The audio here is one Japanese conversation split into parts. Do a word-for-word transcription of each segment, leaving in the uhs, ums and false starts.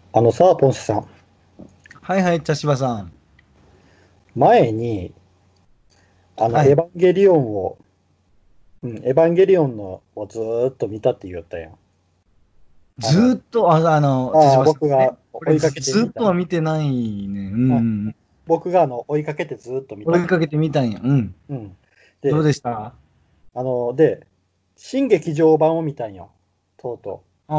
あのさ、ポンセさん、 はいはい、茶芝さん。 前に、あの、 はい。 エヴァンゲリオンを、うん、エヴァンゲリオンのをずーっと見たって言ったやん。あの、 ずーっと、あ、あの、茶ああ、 芝さんね。 僕が追いかこれず、 けてみた。 ずーっとは見てないね。うんうん、 うん。 僕があの追いかけてずーっと見たって。 追いかけてみたんや。うん。 うん。 どうで、 でした？ あの、で、新劇場版を見たんよ。とうとうん。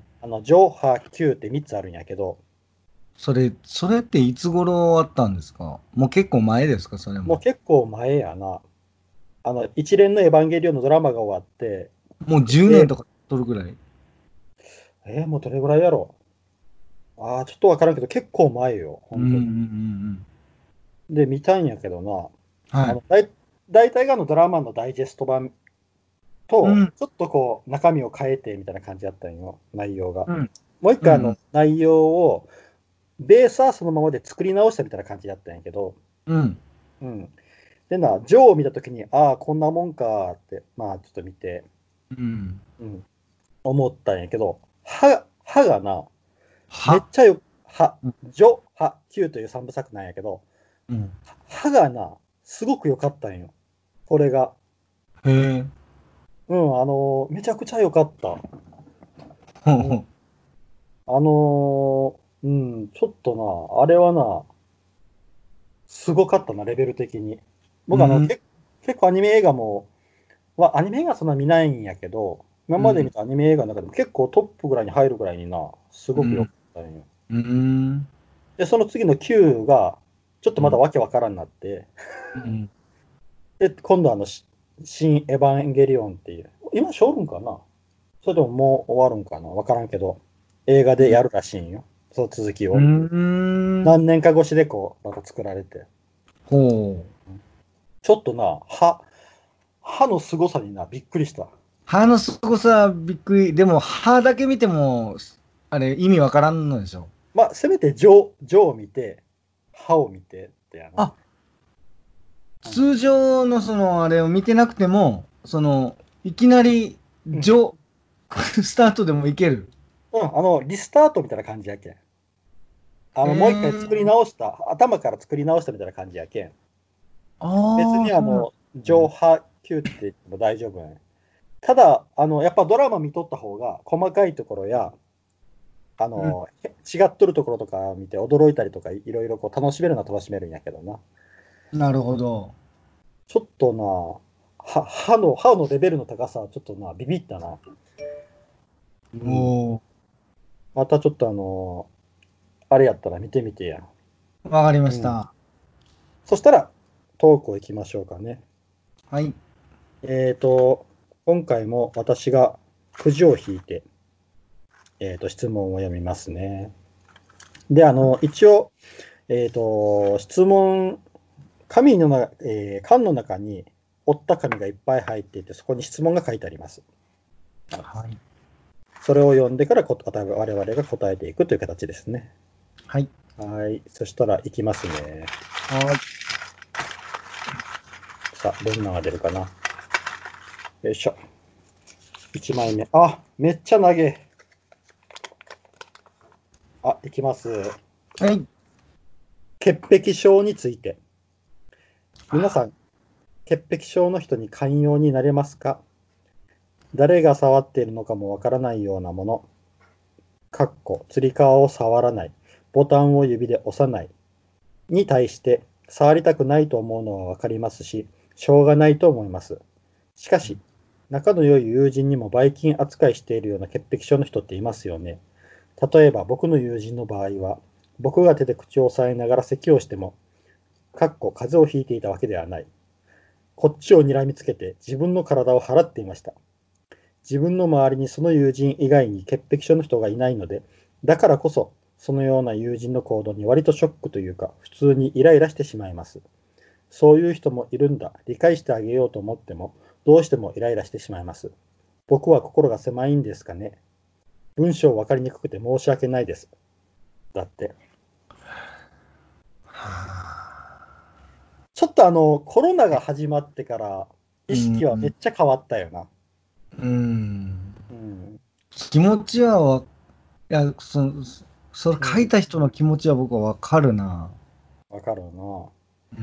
う。あの、ジョーハ Q ってみっつあるんやけど、 それ、それっていつ頃あったんですか？もう結構前ですか、それもうも。 結構前やな。あの、一連のエヴァンゲリオンのドラマが終わって、 もうじゅうねんで、 とか撮るぐらい。 えーもうどれぐらいやろう。ああ、ちょっとわからんけど、結構前よ、 うんうんう本当に。 んで、見たんやけどな、 うん。はい。 あの、だい、大体があのドラマのダイジェスト版と、 うん、 ちょっとこう、中身を変えてみたいな感じだったんよ、内容が。 うん、 もう一回あの、 うん、 内容を、ベースはそのままで作り直したみたいな感じだったんやけど、 うん、 うん。でな、ジョーを見たときに、ああ、こんなもんかって、まあ、ちょっと見て、 うん。 うん、思ったんやけど、歯、歯がな、めっは。 ちゃよ、歯、 うん、 ジョ、歯、Q という三部作なんやけど、 うん。 歯がな、すごく良かったんよ。これが。 へえ。 うん、あのめちゃくちゃ良かった。うん、 ほうほあのーうん、ちょっとな、あれはな、すごかったな、レベル的に。 う。う僕、あの、 ん、 け、結構アニメ映画も、は、アニメ映画そんな見ないんやけど、今うん、 まで見たアニメ映画の中でも結構トップぐらいに入るぐらいにな、すごく良かうん、 ったんよ。 うん、 で、その次の Q が、ちょっとまたうん。 わけわからんなって、 うん。 で、今度あの、し新エヴァンゲリオンっていう、今、ショールンかな、それとももう終わるんかなわからんけど、映画でやるらしいんよ。その続きうを。 ーん。 何年か越しでこう、また作られて。 ほう。 ちょっとな、歯、歯の凄さにな、びっくりした。 歯のすごさびっくり。でも歯だけ見ても、あれ意味わからんのでしょ。 まあ、せめて上、上を見て、歯を見てってやな。 あ、 うん。 通常のそのあれを見てなくても、その、いきなり、 うん。 序、スタートでもいける。 うん、あの、リスタートみたいな感じやけん。あへの、もう一回作りえ。 直した、頭から作り直したみたいな感じやけん。別ああ、そうなんにあの、上ね。 波級って言っても大丈夫やね。ただ、あの、やっぱドラマ見とった方が、細かいところや、あうん。 の、違っとるところとか見て驚いたりとか、いろいろこう楽しめるのは楽しめるんやけどな。 なるほど。 ちょっとな、は歯の、歯のレベルの高さはちょっとな、ビビったな。うん。 おお、 またちょっとあの、あれやったら見てみてや。 わかりまうん。 した。 そしたら、トークを行きましょうかね。 はい。 えーと、今回も私がくじを引いて、えーと、質問を読みますね。で、あの、一応、えーと、質問、紙のな、えー缶の中に折った紙がいっぱい入っていて、そこに質問が書いてあります。 はい。 それを読んでからこ我々が答えていくという形ですね。 はい。 はい。そしたら、いきますね。 はい。 さあ、どんなのが出るかな。よいしょ。いちまいめ。あ、めっちゃ長え。あ、いきます。 はい。 潔癖症について。皆さん、潔癖症の人に寛容になれますか？誰が触っているのかもわからないようなもの。かっこ、つり革を触らない。ボタンを指で押さない。に対して、触りたくないと思うのはわかりますし、しょうがないと思います。しかし、仲の良い友人にもばい菌扱いしているような潔癖症の人っていますよね。例えば僕の友人の場合は、僕が手で口を押さえながら咳をしても、かっこ風邪をひいていたわけではない。こっちを睨みつけて自分の体を払っていました。自分の周りにその友人以外に潔癖症の人がいないので、だからこそ、そのような友人の行動に割とショックというか、普通にイライラしてしまいます。そういう人もいるんだ、理解してあげようと思っても、どうしてもイライラしてしまいます。僕は心が狭いんですかね。文章分かりにくくて申し訳ないです。だって。ちょっとあの、コロナが始まってから、意うん。 識はめっちゃ変わったよな。 うん。 うん。 気持ちはわ、いや、その、 それ書いた人の気持ちは僕はわかるな。 わかるな。 うん。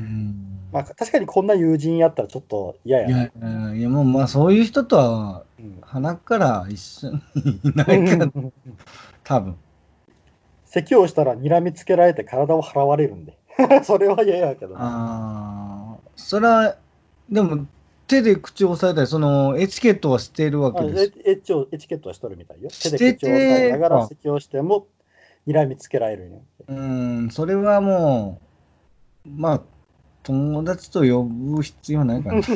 まあ、確かにこんな友人やったらちょっと嫌やな。 いや、うんいやもうまあそういう人とは、 うん。 鼻から一緒にいなういか、 ん。 多分。 咳をしたら睨みつけられて体を払われるんで。それは嫌やけどな。 ああ、それは、でも、手で口を押さえたり、その、エチケットはしているわあ、 けです。 エエチをエチケットはしとるみたいよ。手でして口を押さえながらてか、 咳をしても睨みつけられるんよ。 うん、それはもう、まあ、友達と呼ぶ必要ないかな。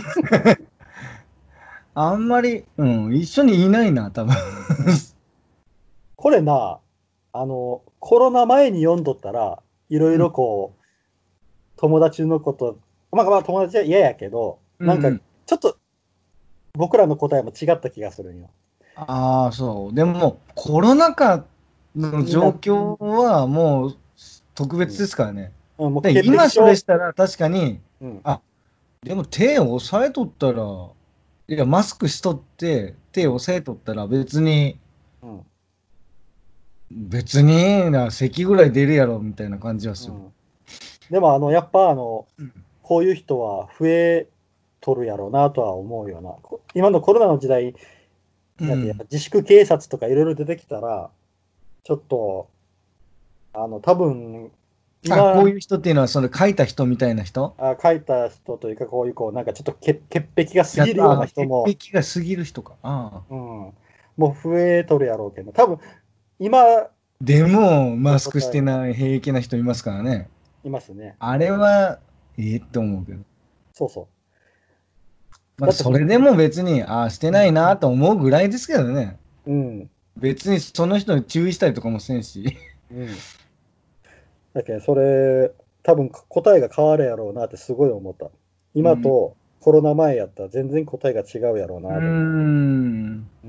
あんまり、うん、一緒にいないな、多分。 これな、あの、コロナ前に読んどったら、いろいうん、 ろこう、友達のこと、まあまあ友達は嫌やけど、なんか、 うん、うん。 ちょっと僕らの答えも違った気がするんよ。 ああ、そう。でも、コロナ禍の状みんな、 況はもう特別うん、 ですからね。 うんもうで、 潔癖今それ症、 したら確かに、 うん、 あ、でも手を押さえとったら、いや、マスクしとって手をうん、 押さえとったら別に、 うん、 別にな、咳ぐらい出るやろみたいな感じはする。 うん。でも、あの、やっぱ、あの、 うん。 こういう人は増えとるやろうなとは思うよな。こ今のコロナの時代、なんてやっぱうん。 自粛警察とかいろいろ出てきたら、ちょっと、あの、多分、 あ、こ今、 ういう人っていうのは、その書いた人みたいな人あ、書いた人というか、こういう、こう、なんかちょっと潔潔癖が過やっぎるようなた、潔人も、 癖が過ぎる人か。ああ。 うん、もう増えとるやろうけど、多分、今でも、マスクしの答え、 てない平気な人いますからね。 いますね。 あれは、ええってうん、 思うけど。 そうそう。 まあ、 だってそ、 それでも別に、ああ、してうん、 ないなと思うぐらいですけどね。 うん、 別にその人に注意したりとかもせんし。 うん。だけど、それ、多分答えが変わるやろうなってすごい思った。 うん。 今とコロナ前やったら全然答えが違うやろううーなと思ん。 う。うん。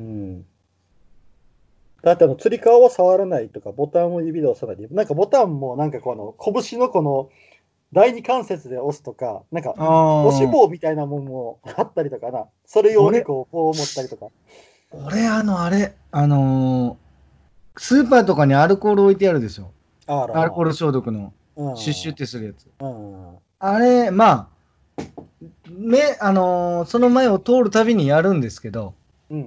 だってあの、つり革を触らないとか、ボタンを指で押さない。なんかボタンもなんかこの、拳のこの、第二関節で押すとか、なんか、押しああ、 棒みたいなもんもあったりとかな。それ用に俺、 こう、棒を持ったりとか。 俺、あの、あれ、あのースーパーとかにアルコール置いてあるでしょ。 ああらな。 アルコール消毒の、 うん。 シュッシュってするやつ。 うん。 あれ、まあ、め、あのーその前を通るたびにやるんですけど、 うん。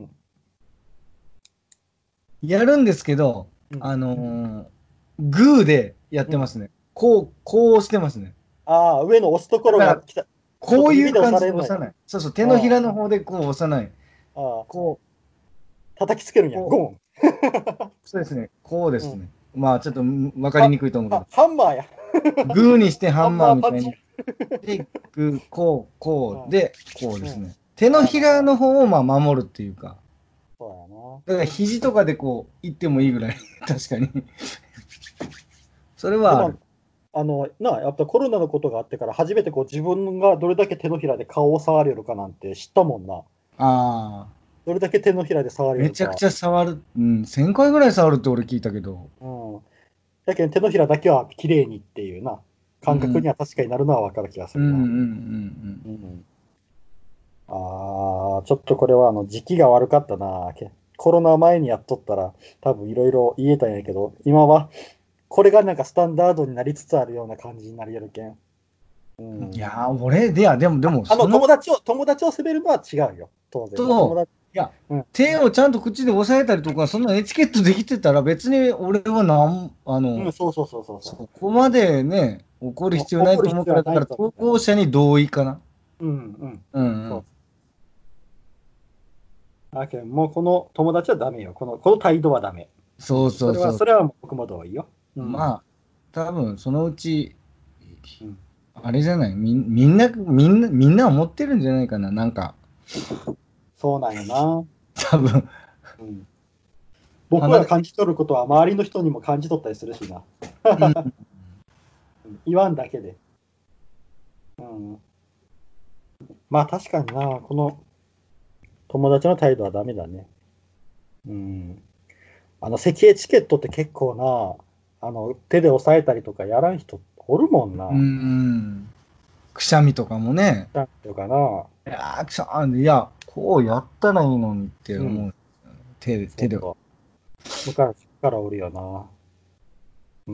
やるんですけど、 うん。 あのーグーでやっうん。 てますね。こう、こうしてますね。 ああ、上の押すとこだから、 ろが来た。ちょっこうと指で押いう感じされるのや。 で押さない。そうそう、手のひあらの方でこう押さない。 あ、ああ、 こ叩きつけるんう、 や。 こう、 ゴン。 そうですね。こうでうん。 すね。まあ、ちょっと分かりは、 にくいと思うけは、 ど。 ハンマーや。 グーにしてハハンンママーパンチ。 ーみたいに。で、グー、こう、こう、 うん。 で、こうでうん。 すね。手のああ、 ひらの方をまあ守るっていうか。 そうやな。 だから肘とかでこう、いってもいいぐらい。確かに。それでも、 はある。 あの、なあ、やっぱコロナのことがあってから初めてこう自分がどれだけ手のひらで顔を触れるかなんて知ったもんな。 ああ、 どれだけ手のひらで触れるか。 めちゃくちゃ触る。うん、せんかいぐらい触るって俺聞いたけど。 うん。だけど手のひらだけは綺麗にっていうな。 うん、 感覚には確かになるのは分かる気がすうん、うん、うるな。 ん。 うん。ああ、ちょっとこれはあの時期が悪かったな。けコロナ前にやっとったら多分いろいろ言えたんやけど、今はこれがなんかスタンダードになりつつあるような感じになりやるけん。うん。 うんいやー、俺、でや、でも、であ、 も、 あのその友達を、友達を責めるのは違うよ。当然な。友と、 達。 いや、 うん。 手をちゃんと口で押さえたりとか、そんなエチケットできてたら、別に俺はなん、あの、 うん、そうそうそうそうそそこまでね、怒るう。お必要ないと思うから、 怒る必要はだからないと思う。 投稿者に同意かな。 うん、うん。 うんうん。 そう。だけど、もうこの友達はダメよ。この、この態度はダメ。うそうん。それは、 そうそう。 それは僕も同意よ。うん。 まあ、多分そのうち、 うん。 あれじゃない、みん、みんな、みんな、みんな思ってるんじゃないかな、なんか、 そうなんよな。 多分、 うん。僕鼻で、 が感じ取ることは周りの人にも感じ取ったりするしな。 うん、 うん言わんだけで。うん。まあ確かにな、この友達の態度はダメだね。うん。あの、咳エチケットって結構な、あの、手で押さえたりとかやらん人おるもんうな。 ん、くしゃみとかもね、 なんていうかな。 いやー、くしゃ、いや、こうやったらいいのにってうん。 思う。手で、手では。 そうそう。昔からおるよな。 うん。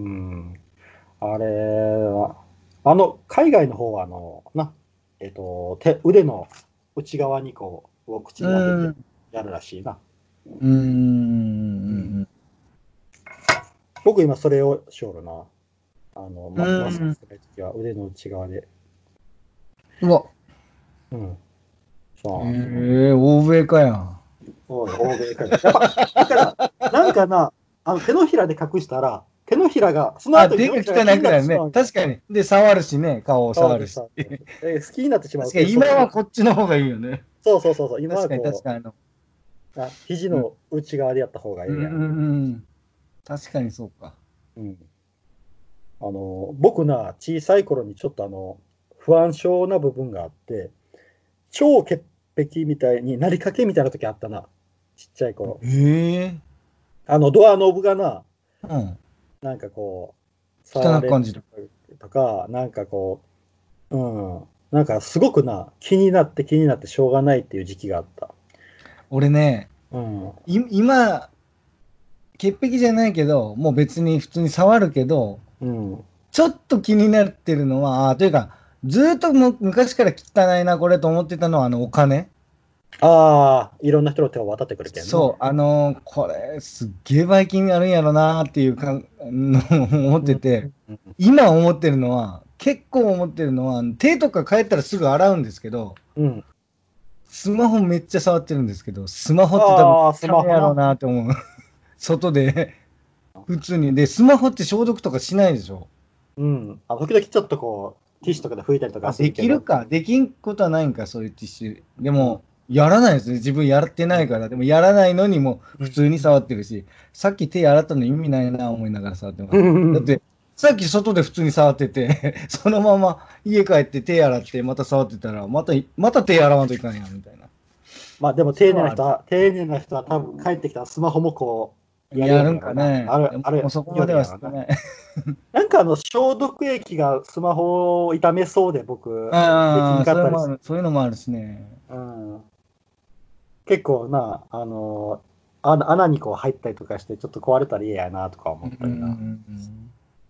あれは、あの、海外の方は、あの、な、えっと、手、腕の内側にこう、を口うに当ててん。 やるらしいな。 うん。うん。 うん。 うん。 僕今それをしよるな。あの、 うマ、マスクん。 するときは腕の内側で。 うわ。 うん。そうなんですよ。 ええ、欧米かやん。 おい、欧米から。やっぱ、だから、なんかな、あの手のひらで隠したら、手のひらが、そのあ、 後に手手がのひらが気になっ汚くなるね。 てしまうんよ。 確かに。で、触るしね。顔を触るし。 そうです、そうです。え好きになってしまうけん、そ確かに今っちの、 はこっちの方がいいよね。 そうそうそうそう、今確かに確はこかにあの。 う、あ、肘うん。 の内側でやった方がうんうええやん。 んうん。確かにそうか。 うん。あの、僕な、小さい頃にちょっとあの、不安症な部分があって、超潔癖みたいになりかけみたいな時あったな。ちっちゃい頃。 ええ、 あの、ドアノブがな、 うん。 なんかこう、触れ汚く感じる。 とか、なんかこう、うん、なんかすごくな、気になって気になってしょうがないっていう時期があった。 俺ね、 うん、 い今、潔癖じゃないけど、もう別に普通に触るけど、 うん。 ちょっと気になってるのは、あ、というか、ずーっともう昔から汚いな、これと思ってたのは、あの、お金。 ああ、いろんな人の手を渡ってくるけんの。 そう、あのーこれ、すっげえばい菌あるんやろなーっていうかんのを思っうん、 てて、 うん、 今思ってるのは、結構思ってるのは、手とか帰ったらすぐ洗うんですけど、 うん。 スマホめっちゃ触ってるんですけど、スマホって多分ああ、ス汚いやろうマホな。 なって思う。外で、普通に。で、スマホって消毒とかしないでしょ。 うん。あ、時々ちょっとこう、ティッシュとかで拭いたりとかあ、でするけど。 きるか。できんことはないんか、そういうティッシュ。でも、 うん、 やらないですね。自分やってないから。でも、やらないのにもうん。 普通に触ってるし、さっき手洗ったの意味ないな思いながら触ってまうす。だっん。 て、さっき外で普通に触っててそのまま家帰って手洗ってまた触ってたら、また、また手洗わんといかんやん、みたいな。 まあでも丁それはある。 寧な人は、丁寧な人は多分帰ってきたらスマホもこう、やりやるんよるんやろな。 かね。 あれ、 でも、 あれ、 もうそこまでよるんやろな。 はしてない。 なんかあの消毒液がスマホを傷めそうで僕、できああ、 んかったりすそれもある。そういうのもあるしね。 る。うん、結構な、あの穴穴にこう入ったりとかして、ちょっと壊れたら嫌やなとかうんうんう思ったりな。 ん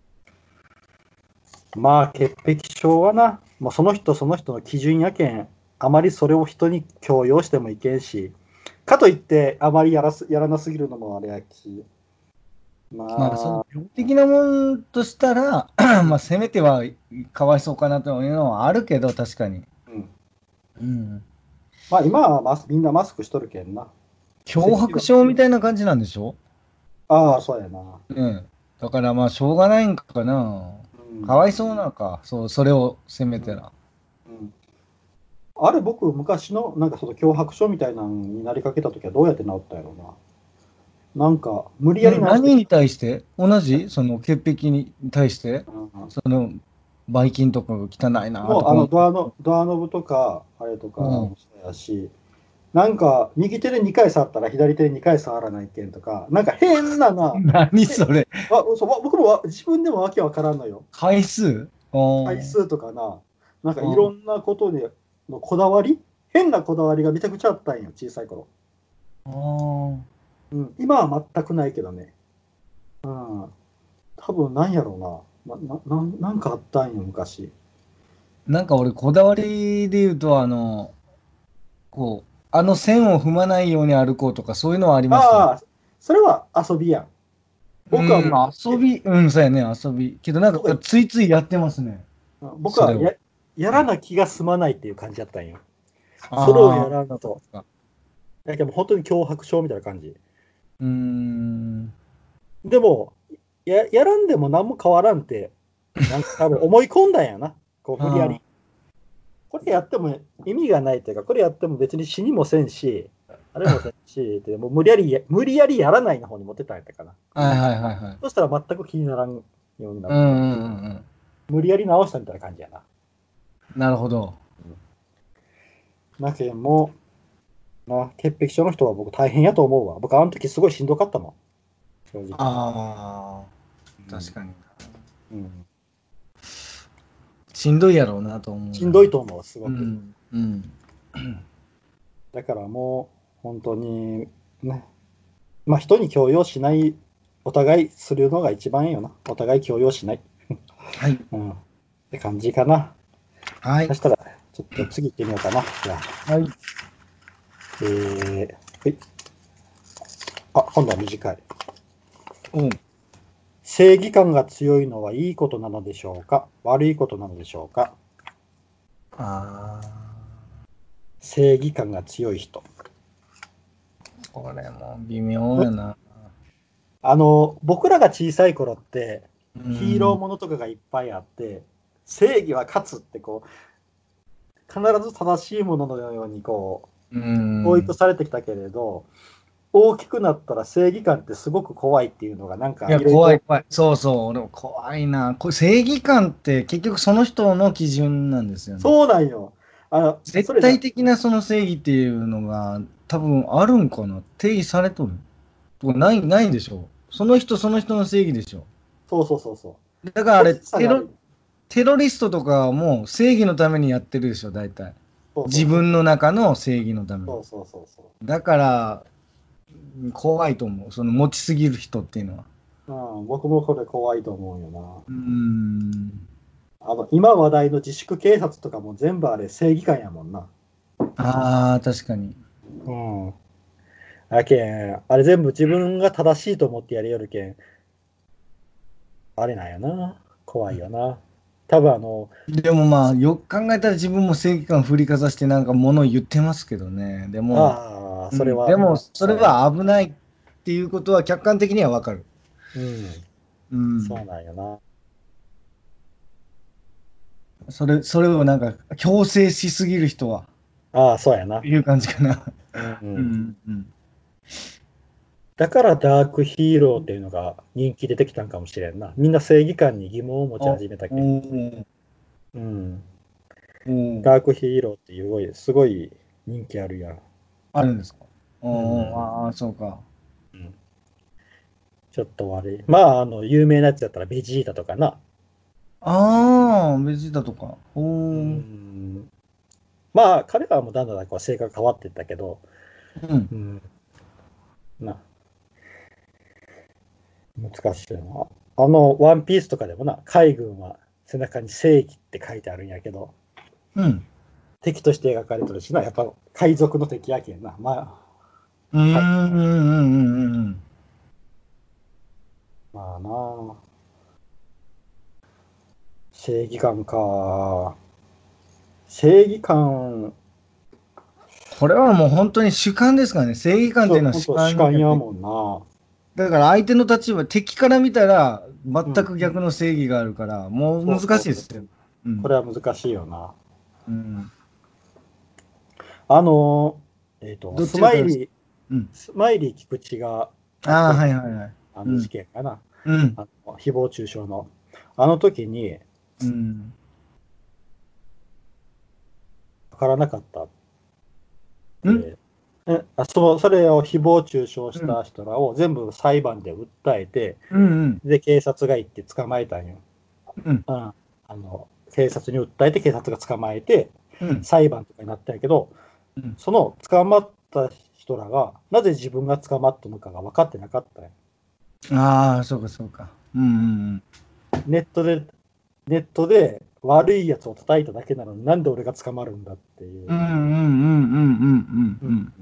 まあ、潔癖症はな、もうその人その人の基準やけん、あまりそれを人に強要してもいけんし、かといって、あまりやらすやらなすぎるのもあれやき、 まあ、そまあ、 の病的なもんとしたら、 うん、 まあ、せめてはかわいそうかなというのはあるけど、確かに。 うん、 うん。 まあ今はマスみんなマスクしとるけんな。 脅迫咳は、 症みたいな感じなんでしょ？ ああ、そうやな。 うん。だからまあ、しょうがないんかな。 うん、 かわいそうなのか。そう、それを責めうん、 たら。 うん。あれ、僕、昔のなんかその脅迫症みたいなのになりかけたときはどうやって治ったんやろうな。なんか、無理やりん、 治して、 何に対して同じその潔癖に対してうん、 その、ばい菌とかが汚いなもうあのとか思う。 ドアの、ドアノブとか、あれとかうん。 もそうやし、なんか、右手でにかい触ったら左手でにかい触らないけんとか、なんか変なな、え、 何それ。 わそうわ僕もわ自分でもわけわからんのよ。 回数？あー回数とかな、なんかいろあんなことにのこだわり変なこだわりがめちゃくちゃあったんよ、小さい頃。 ー。あー。 うん、今は全くないけどね。うん、多分なんやろうな。な、な、なんなんかあったんよ、昔。 なんか俺、こだわりで言うと、あの、こう、あの線を踏まないように歩こうとか、そういうのはありましたね。 ああ、それは遊びやん。 うん、 僕はもう、え、 遊び、うん、そうやね、遊び。けどなんか、 僕は、 ついついやってますね。 僕はや、 それを。 やらな気が済まないっていう感じだったんよ。それをやああ、そうらんと。 か。 だけどもう本当に脅迫症みたいな感じ。 うーん。 でも、や、やらんでも何も変わらんって、なんか多分思い込んだんやな。こう無理やあり。これやっても意味がないというか、これやっても別に死にもせんし、あれもせんし、でもう無理やりや、無理やりやらないの方に持ってったんやったかな。 あ、はいはいはいはい。 そしたら全く気にならんようになって、 うんうんうんうん。 無理やり直したみたいな感じやな。 なるほど。 なけんもう、な、潔癖症の人は僕大変やと思うわ。僕あの時すごいしんどかったもん、正直。 ああ、 うん。 確かに。 うん、 しんどいやろうなと思うしんどいな。 と思う、すごく。 うん、うん。 だからもう、本当に、ね、まあ人に強要しないお互いするのが一番いいよな。お互い強要しない。 はい。 うん。って感じかな。 はい。 そしたら、ちょっと次行ってみようかな。じゃあ、 はい。 えー、はい。あ、今度は短い。 おう。 正義感が強いのはいいことなのでしょうか、悪いことなのでしょうか。 あ正義感が強い人。 あ、これも微妙やな。 あの、僕らが小さい頃って、 うヒーローん。 ものとかがいっぱいあって、正義は勝つってこう、必ず正しいもののようにこうう、教育ん。 されてきたけれど、大きくなったら正義感ってすごく怖いっていうのがなんいや、 かいろいろ、 怖い怖い。そうそう。俺も怖いな。これ正義感って結局その人の基準なんですよね。 そうなんよ。あの、それな、 絶対的なその正義っていうのが多分あるんかな。定義されとるとかない、ないでしょ。その人その人の正義でしょ。 そうそうそうそう。 だからあれ、 個人差テロ、 がある。 テロリストとかも正義のためにやってるでしょ、大体。 そうそうそう。 自分の中の正義のために。 そうそうそうそだから、怖いと思う。その持ちすぎる人っていうのは。 う。うん、僕もこれ怖いと思うよな。 うーん。 あの、今話題の自粛警察とかも全部あれ正義感やもんな。 ああ、確かに。 うん。あけん、あれ全部自分が正しいと思ってやりよるけん、あれなんやな。怖いよな。多分あの、 でもまあ、よく考えたら自分も正義感振りかざしてなんか物を言ってますけどね。でも、 ああ、 うん、でそれは、 も、それそうやな。 は危ないっていうことは客観的にはわかる。 うん。 うん。 そうなんやな。 それ、それをなんか強制しすぎる人は、 ああ、そうやな。 いう感じかな。 うん、ううん。 ん、うん。 だからダークヒーローっていうのが人気出てきたんかもしれんな。みんな正義感に疑問を持ちお、 始めたおけん。 ー、 うん。 おー、 ダークヒーローっていうすごい、すごい人気あるやん。 あるんですか。 うおー、 ん。 ああ、そうか。 うん。ちょっと悪い。まあ、あの、有名なやつだったらベジータとかな。 ああ、ベジータとか。おうー、 ん。まあ、彼はもうだんだんこう性格変わっていったけど、 うん。 うん。な、難しいな。あの、ワンピースとかでもな、海軍は背中に正義って書いてあるんやけど、 うん。 敵として描かれてるしな、やっぱ海賊の敵やけんな。まうーん、 あ、はい。 うん、うん、うん、うん。 まあな、正義感か。正義感、 これはもう本当に主観ですからね。正義感ってそう、 いうのは主本当主観にあって、 観やもんな。 だから相手の立場、敵から見たら全うん。 く逆の正義があるから、もう難そうそうそう。 しいですよ。うん。 これは難しいよな。 うん。 あの、えっと、 どっスちが正しい？ マイリー、 うん。 スマイリー菊池があっああ、 たやん。 はいはいはい。 あの事うん。 件かな。 うん。 あの誹謗中傷の。あの時に、 うん。 わからなかったっうん。 て、えあその、それを誹謗中傷しうん。 た人らを全部裁判で訴えて、 うん。 で、警察が行って捕まえたんよ。 うん。 うん。あの、警察に訴えて警察が捕まえて、 うん。 裁判とかになったんやけど、 うん。 その捕まった人らが、なぜ自分が捕まったのかが分かってなかったんや。 ああ、そうかそうか。うんうんネットで、ネットで悪いやつを叩いただけなのになんで俺が捕まるんだっていう。 うん。うんうんうんうんうんうん。 うん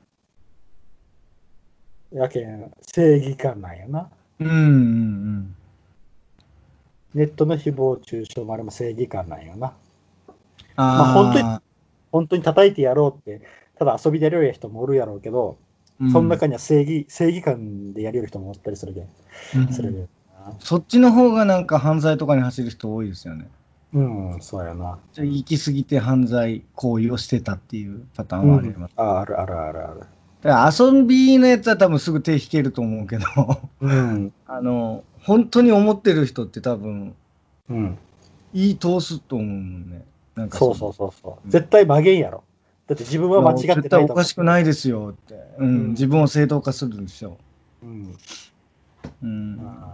やけん、正義感なんやな。 うん。うんうんうん。 ネットの誹謗中傷もあれも正義感なんやな。まあ本当に、 ああ、 本当に叩いてやろうって、ただ遊びでやるような人もおるやろうけど、そのうん。 中には正義、正義感でやるような人もおったりするけん。 うん。 それでな。 そっちの方がなんか犯罪とかに走る人多いですよね。 うん、そうやな。 じゃあ行き過ぎて犯罪行為をしてたっていうパターンうん。 はあります。 あ、あるあるあるある。 だから遊びのやつは多分すぐ手引けると思うけど、 うん。 あの、本当に思ってる人って多分、 うん。 言い通すと思うもんね。なんかその、 そうそうそうそう。 うん、 絶対曲げんやろ。だって自分は間違いや、 って絶対おないと思ってる。 かしくないですよって、うん、 うん。 自分を正当化するんですよ。 うん。 うん。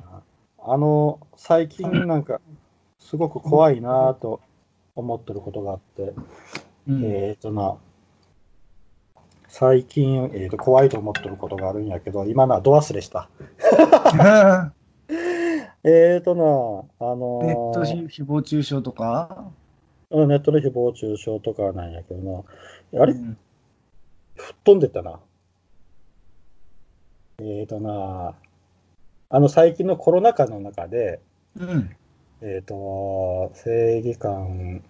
ああの、最近なんか、すごく怖いなぁと思ってることがあって、 うん。 えっとな、最近、えーと、怖いと思ってることがあるんやけど、今のはど忘れした。 えーとな、あネットのひ誹謗中傷とか。 ーネットの誹謗中傷とかなんやけどな、あれ、 うん。 吹っ飛んでたな。えーとな、あの最近のコロナ禍の中で、 うん。 えーと、正義感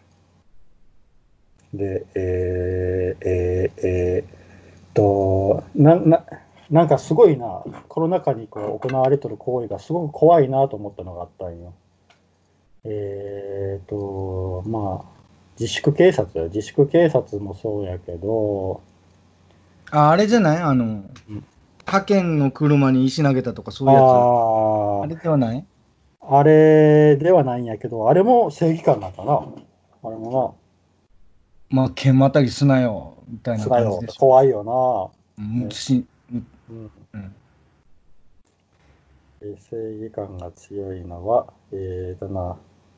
で、えー、えー、えーと、な、な、なんかすごいな、コロナ禍にこう行われてる行為がすごく怖いなと思ったのがあったんよ。えーと、まあ、自粛警察、自粛警察もそうやけど、 あ、あれじゃないあの、 うん、 派遣の車に石投げたとかそういうやつ。ああれではない？ あ、あれではないんやけど、あれも正義感なんかな。あれもまあ、剣またぎすなよ、みたいな、 なすなよ、 感じでしょ。 怖いよな。ね、 うんし、うん、 うん、 うん。 正義感が強いのは、えーとな、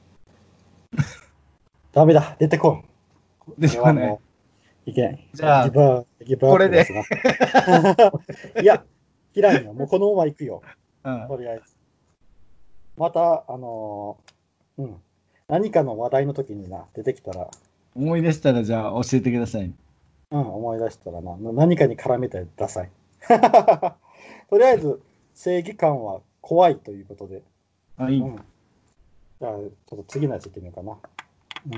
ダメだ、出てこん。 でこれしょうね。 はもう、いけん。 じゃあ、 ギブア、ギブアッこれで。 プですな。いや、嫌いよ。もうこのまま行くよ。 うん。 とりあえず。また、あのーうん。何かの話題の時にな、出てきたら、 思い出したら、じゃあ、教えてください。 うん、思い出したらな、何かに絡めてダサい。とりあえず、正義感は怖いということで、 はい。 うん。じゃあ、ちょっと次のやついってみようかな。うん。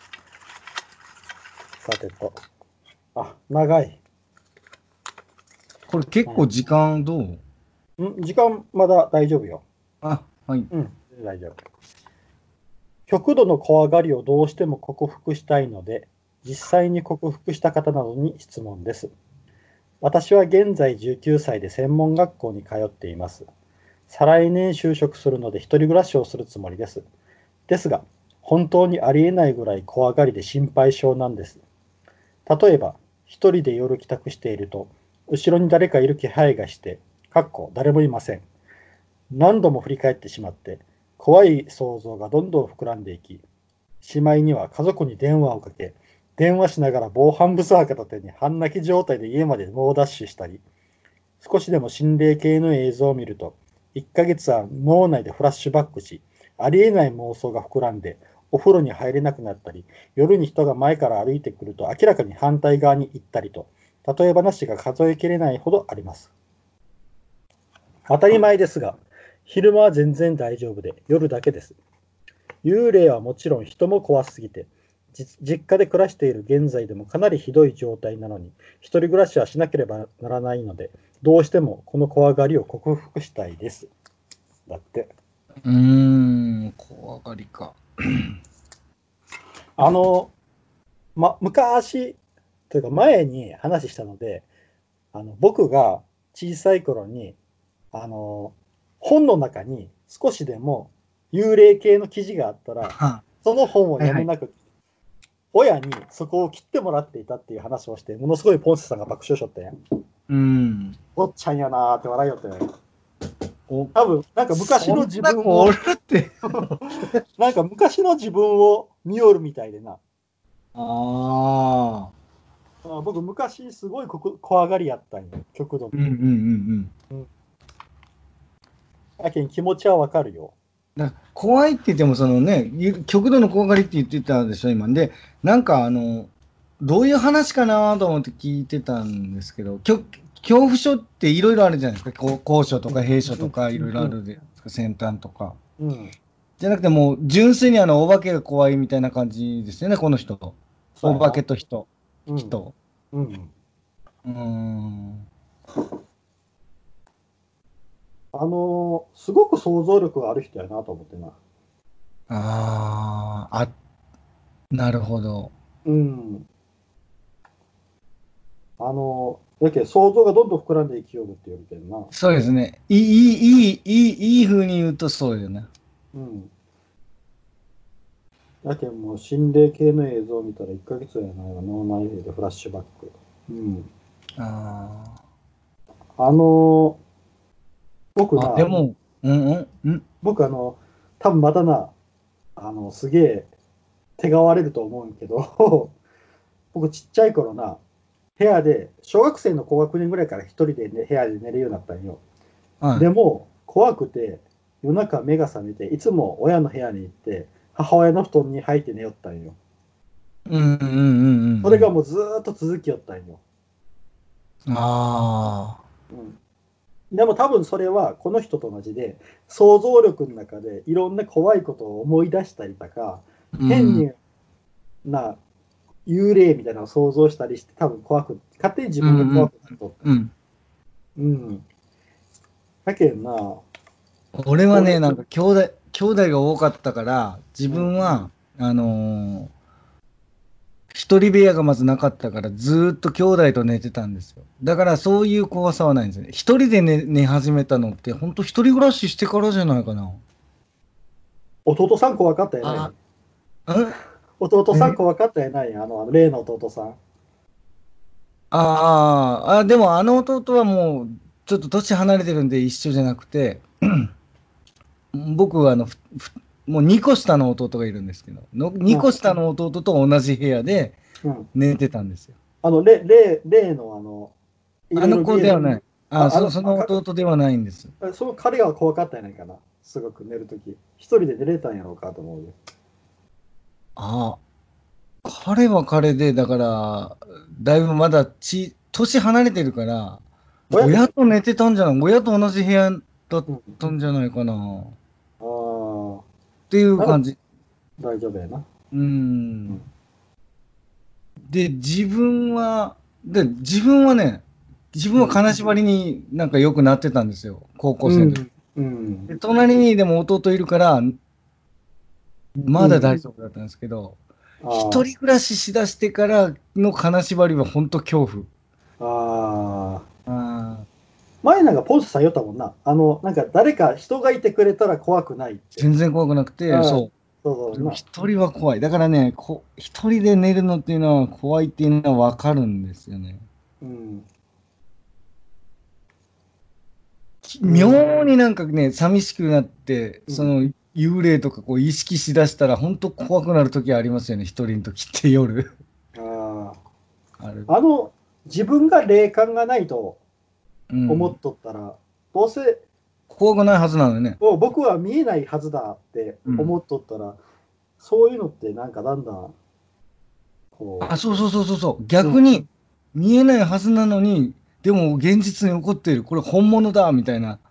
さてと。あ、長い。 これ結構時間どう？ うん、時間まだ大丈夫よ。 あ、はい。 うん、大丈夫。極度の怖がりをどうしても克服したいので、実際に克服した方などに質問です。私は現在じゅうきゅうさいで専門学校に通っています。再来年就職するので一人暮らしをするつもりです。ですが、本当にありえないぐらい怖がりで心配性なんです。例えば、一人で夜帰宅していると、後ろに誰かいる気配がして、かっこ誰もいません。何度も振り返ってしまって、怖い想像がどんどん膨らんでいき、しまいには家族に電話をかけ、電話しながら防犯ブザー片手に半泣き状態で家まで猛ダッシュしたり、少しでも心霊系の映像を見ると、いっかげつは脳内でフラッシュバックし、ありえない妄想が膨らんで、お風呂に入れなくなったり、夜に人が前から歩いてくると明らかに反対側に行ったりと、例え話が数えきれないほどあります。当たり前ですが、昼間は全然大丈夫で、夜だけです。幽霊はもちろん人も怖すぎて、実家で暮らしている現在でもかなりひどい状態なのに、一人暮らしはしなければならないので、どうしてもこの怖がりを克服したいです。だって。 うーん、怖がりか。 あの、ま、昔、というか前に話したので、あの僕が小さい頃に、あの、本の中に少しでも幽霊系の記事があったら、 はその本をはいはい。 読めなく親にそこを切ってもらっていたっていう話をして、ものすごいポンセさんが爆笑しとったやん。 うーん。 おっちゃんやなーって笑いよったやん。 お、 多分、なんか昔そんの自分を、 な子おるって。 なんか昔の自分を見よるみたいでな。 ああ。 あ僕、昔すごいここ怖がりやったんよ、極度に。 うんうんうんうん。 うん。やけん気持ちはわかるよ。 だから怖いって言っても、そのね、ゆ極度の怖がりって言ってたでしょ、今。で、なんかあの、どういう話かなと思って聞いてたんですけど、きょ恐怖症っていろいろあるじゃないですか。こう高所とか閉所とかいろいろあるじゃないですか、先端とか。 うん。うん。 じゃなくてもう、純粋にあの、お化けが怖いみたいな感じですよね、この人。お化けそうやな。 と人。 うん。 人。 うん。 うーん。 あのーすごく想像力がある人やなと思ってな。 ああ、あ、なるほど。 うん。あのーやけん想像がどんどん膨らんでいきよるって言うけんな。 そうですね。いい、いい、いい、いい、いい風に言うとそうよね。 うん。やけんもう心霊系の映像を見たらいっかげつやないわ、脳内でフラッシュバック。うん。 ああのー僕あ。あ、でな、 も、うんうん、うん。 僕あの、多分まだな、あの、すげえ手が割れると思うんけど、僕ちっちゃい頃な、部屋で、小学生の高学年ぐらいから一人で、ね、部屋で寝るようになったんよ。 はい。 でも、 怖くて夜中目が覚めていつも親の部屋に行って母親の布団に入って寝よったんよ。 うんうんうんうん。 それがもうずーっと続きよったんよ。 ああ。 うんでも多分それはこの人と同じで想像力の中でいろんな怖いことを思い出したりとか変にな幽霊みたいなのを想像したりして多分怖く勝手に自分が怖くなっとった。 うん。 うん。だけどな、 俺はね、 俺なんか兄弟、兄弟が多かったから、自分は、あのー一人部屋がまずなかったから、ずーっと兄弟と寝てたんですよ。だからそういう怖さはないんですね。一人で寝、寝始めたのって、ほんと一人暮らししてからじゃないかな。 弟さん怖かったやないあ、 の。 ん弟さんえ怖かったやないの。あの、あの例の弟さん。 あーあ、でもあの弟はもう、ちょっと年離れてるんで一緒じゃなくて、僕はあの、ふふもうにこ下の弟がいるんですけど、のにこ下の弟と同じ部屋でうん。 寝てたんですよ。 あの、例、例、例のあの、いろいあのろゲーム、 子ではない。あ、 あ、あそ、 の、 そのか弟ではないんです。 その彼が怖かったやないかな。すごく寝るとき。一人で寝れたんやろうかと思うよ。 ああ、彼は彼で、だから、だいぶまだち、年離れてるから、 親と、 親と寝てたんじゃない、親と同じ部屋だっうん。 たんじゃないかな。っああ、 ていうなら感じ。 大丈夫やな。 ううん。 ん。で、自分は、で、自分はね、自分は金縛りになんか良くなってたんですよ、高校うん。 生の時。 うん。 で、隣にでも弟いるから、まだうん。 大丈夫だったんですけど、一あ人暮らししだしてからの金縛りは本当恐怖。 あ、ああ。 ああ、 前なんかポンセさん言ったもんな。あの、なんか誰か人がいてくれたら怖くないって。 全然怖くなくて、 ああ、 そう。 そうそうな。 でも一人は怖い。だからね、こ一人で寝るのっていうのは怖いっていうのは分かるんですよね。 うん。 きうん。 妙になんかね、寂しくなって、 うん。 その幽霊とかこう意識しだしたら、本当怖くなる時ありますよね、一人の時って夜。 あある。 あ。あの、自分が霊感がないと思っうん。 とったら、どうせ、 怖くないはずなのよね。 もう僕は見えないはずだってうん。 思っとったら、そういうのってなんかだんだん、 あ、 こそうそうそうそうそう。 う、うん。 逆に見えないはずなのに、でも現実に起こっている。これ本物だみたいな。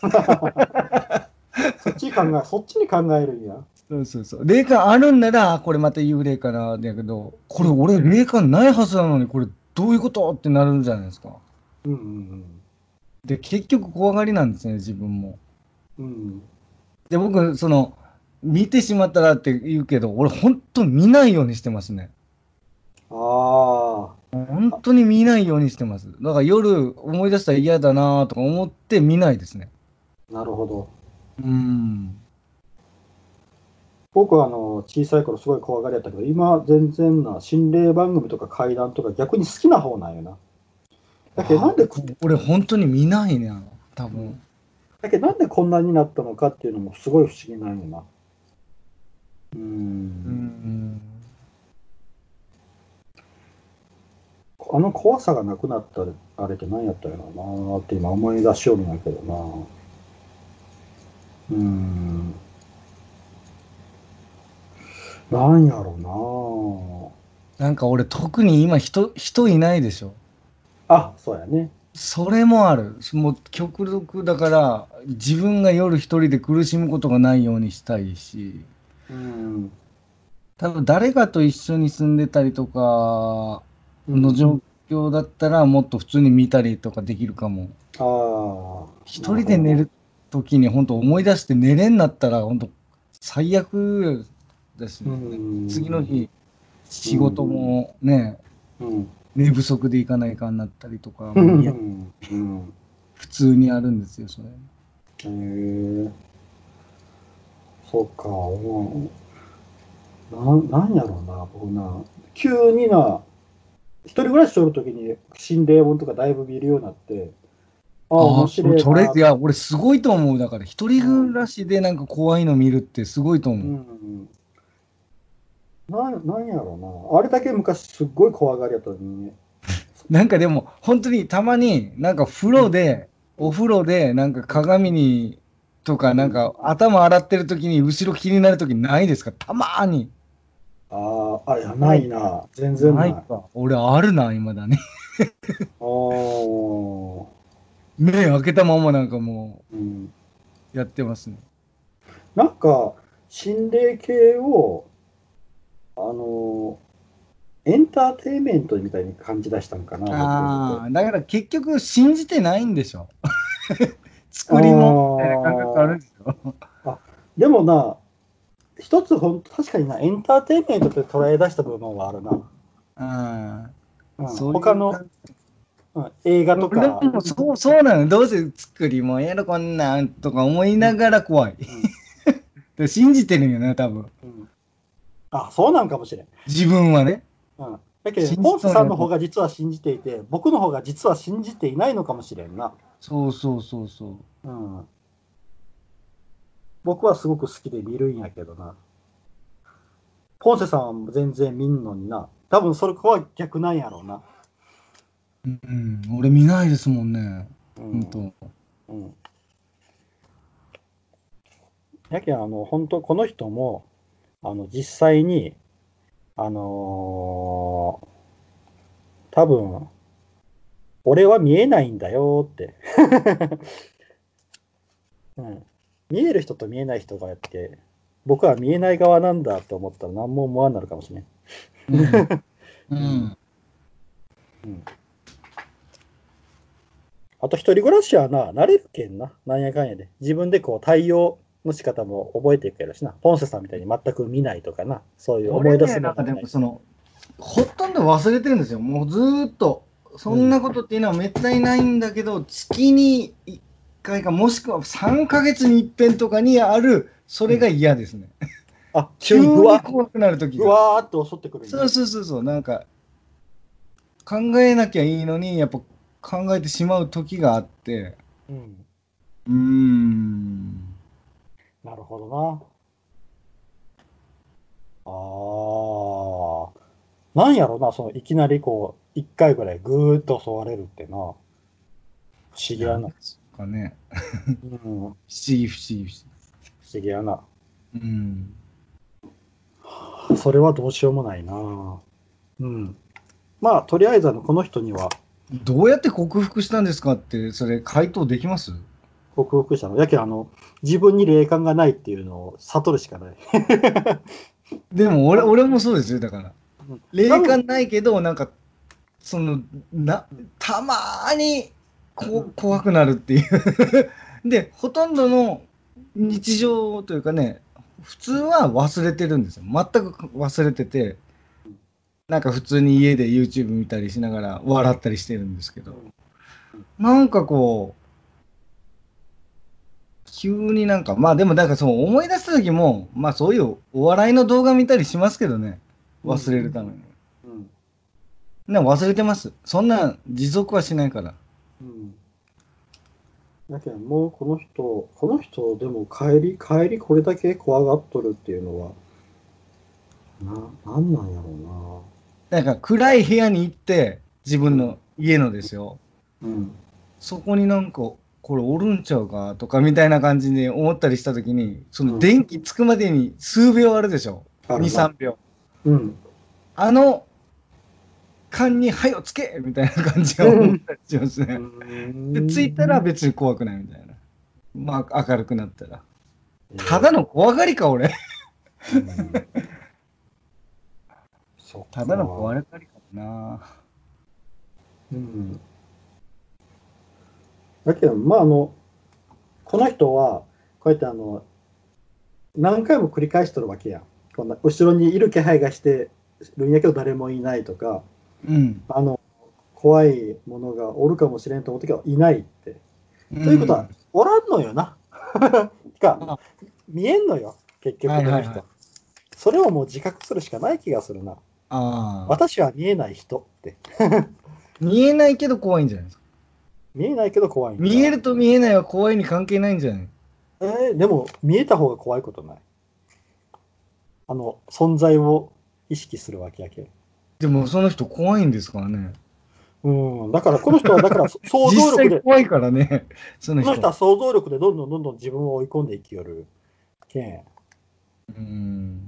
そっち考え、そっちに考えるんや。 そうそうそう。霊感あるんなら、あこれまた幽霊かな、だけど、これうん。 俺霊感ないはずなのに、これどういうことってなるんじゃないですか。 うんうんで、結局怖がりなんですね、自分も。 うん。うん。 で、僕、その、見てしまったらって言うけど、俺本当見ないようにしてますね。 あ本当に見ないようにしてます。だから夜思い出したら嫌だなとか思って見ないですね。 あ、なるほど。 うーん。 僕はあの小さい頃すごい怖がりやったけど、今全然な心霊番組とか怪談とか逆に好きな方なんよな。だけどなああ、 んで、 俺本当に見ないね、多うん、 分。 だけどなんでこんなになったのかっていうのもすごい不思議なんよな。うーうーん。 ん。 あの怖さがなくなったあれって何やったんやろうなーって今思い出しよるんやけどな。うーん。なんやろなんか俺特に今人、人いないでしょ。 うな。あ、そうやね。 それもある。もう極力だから自分が夜一人で苦しむことがないようにしたいし、 うん。 多分誰かと一緒に住んでたりとかうん。 の状況だったらもっと普通に見たりとかできるかも。 ああ、な一るほどな。 人で寝るときに本当思い出して寝れんなったら本当最悪ですうね。次のん。 日うん。 仕事もね、 うん。 寝不足で行かないかんなったりとか、 うもういや、 ん。うん。 普通にあるんですよ、それ。 へえ、そうか、うん、な、なんやろうな、僕な、急にな、一人暮らししとるときに心霊本とかだいぶ見るようになって、ああ、面ああ、そそれ、 白いな、 いや、俺すごいと思う。だから、一人うん、 暮らしでなんか怖いの見るってすごいとう思う。 ん、な、なんやろうな、あれだけ昔すっごい怖がりやったのにね、 なんかでも、本当にたまに、なんか風うん、 呂で、お風呂で、なんか鏡にとか、なんか、頭洗ってる時に後ろ気になる時ないですか？たまーに。 ああ、あ、いや、ないな。全然ない。 ないか。俺、あるな、今だね。 おー。 目開けたままなんかもうん。 う、やってますね。 なんか、心霊系を、あの、エンターテインメントみたいに感じ出したんかな、僕って。 ああ、だから結局信じてないんでしょ。 あ作り物みたいな感覚あるんーですよ。 あ、でもな、一つほん、確かにな、エンターテインメントって捉え出した部分はあるな。 ああ、 うん、 そうい他の、 う感じ。 うん、映画と俺か、 もそう、そうなの。どうせ作り物やろ、こんなんとか思いうん、 ながら怖い。 うん、 で信じてるんよね、多分。 うん。あ、そうなんかもしれん。 自分はね。 うん。だけど、 信じポンセさんのとんやと。 方が実は信じていて、僕の方が実は信じていないのかもしれんな。 そうそうそうそう。 うん。僕はすごく好きで見るんやけどな。ポンセさんは全然見んのにな。多分それこは逆なんやろうな。 うん、俺見ないですもんね。 うん。 ほんと。 うん。やけん、あの、本当この人も、あの、実際に、あのー多分、俺は見えないんだよって。うん。見える人と見えない人がやって、僕は見えない側なんだって思ったら何も思わんなるかもしれん。 うん。ううん。 ん。 うん。あと一人暮らしはな、慣れるけんな。なんやかんやで。自分でこう対応の仕方も覚えていくやろしな。ポンセさんみたいに全く見ないとかな。そういう思い出す俺ね、なんかのがない。 でもその、ほとんど忘れてるんですよ。もうずーっと。そうん。 んなことっていうのはめったにないんだけど、月にいっかいか、もしくはさんかげつに一遍とかにある、それがうん。 嫌ですね。 あ、急急にぐわ、 に怖くなるときぐが。 わーっと襲ってくるんや。 そうそうそうそう、なんか考えなきゃいいのに、やっぱ考えてしまうときがあって、 うん。 うーん。 なるほどな。ああ。なんやろな、そのいきなりこう、一回ぐらいぐーっと襲われるってな。不思議やな。 なんですかね。 うん。不不思議不思議不思思議やな。 議。うん。 それはどうしようもないな。うん。まあ、とりあえずあの、この人にはどうやって克服したんですかって、それ回答できます？ 克服したの。やけんあの、自分に霊感がないっていうのを悟るしかない。 でも俺、 あ、 俺もそうですよ、だから。 うん、多分、 霊感ないけど、なんか、その、な、 うん、 たまーにこ、 うん、 怖くなるっていうで、ほとんどの日常というかね、普通は忘れてるんですよ。全く忘れてて、なんか普通に家で YouTube 見たりしながら笑ったりしてるんですけど、 うん、 なんかこう、急になんか、まあでもなんかそう思い出した時も、まあそういうお笑いの動画見たりしますけどね、 うん、 忘れるために。 うん、 な忘れてます。そんな持続はしないから。 うん。だけどもうこの人、この人でも帰り、帰りこれだけ怖がっとるっていうのは、な、なんなんやろなんか暗い部屋に行って、自うな。 分の家のですよ。 うん、うん、 そこになんか、これおるんちゃうかとかみたいな感じで思ったりした時に、そのうん。 電気つくまでに数秒あるでしょ。に、 あるな。 さんびょう。 うん。 あの間に、はよつけみたいな感じがうん。 思ったりしますうね。で、着いたらん。 別に怖くないみたいな。まあ、明るくなったら。ただえの怖がりか、俺。 ー、うん。そたっだの怖か。 がりかもな。 うん。だけど、まあ、あの、この人は、こうやってあの、何回も繰り返しとるわけやん。こんな、後ろにいる気配がしてるんやけど誰もいないとか、 うん。 あの、怖いものがおるかもしれんと思ったけど、いないって。 うということは、 ん。 おらんのよな。か、 あ、 見えんのよ。結は局、この人。 いはいはい。 それをもう自覚するしかない気がするな。 ああ。 私は見えない人って。 見えないけど怖いんじゃないですか。 見えないけど怖いんか。 見えると見えないは怖いに関係ないんじゃない？ えーでも、見えた方が怖いことない。あの、存在を意識するわけやけん。 でもその人怖いんですからね。 うん、だからこの人はだから想像実力で、 際怖いからね、そのこの人は人。 想像力でどんどんどんどん自分を追い込んでいきよるけん。 うん。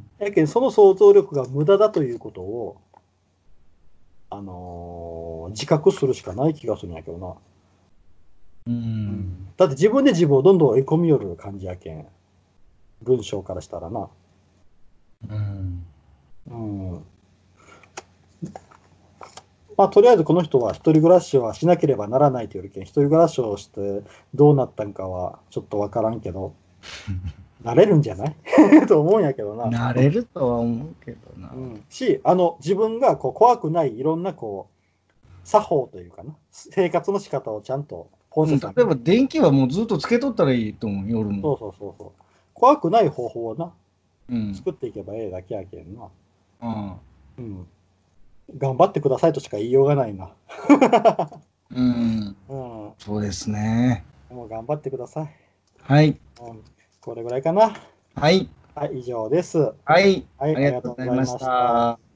やけん、その想像力が無駄だということを、あのー自覚するしかない気がするんやけどな。 ううんん。 だって自分で自分をどんどん追い込みよる感じやけん。文章からしたらな。 うん。 うん。まあ、とりあえずこの人は一人暮らしはしなければならないというよりけん、一人暮らしをしてどうなったんかはちょっとわからんけど、なれるんじゃないと思うんやけどな。 慣れるとは思うけどな。 うん。し、あの、自分がこう怖くないいろんなこう、作法というかな、生活の仕方をちゃんとポンうん、 セさんに、 例えば電気はもうずっとつけとったらいいと思う、夜も。 そうそうそうそう。怖くない方法をな、 うん。 作っていけばええだけやけんな。 ああ。 うん。頑張ってくださいとしか言いようがないな。 うん。 うん。 そうですね。 もう頑張ってください。 はい。 うん。これぐらいかな。 はい。 はい、以上です。 はい。 はい、 ありがありがとうとうございましございました。 た。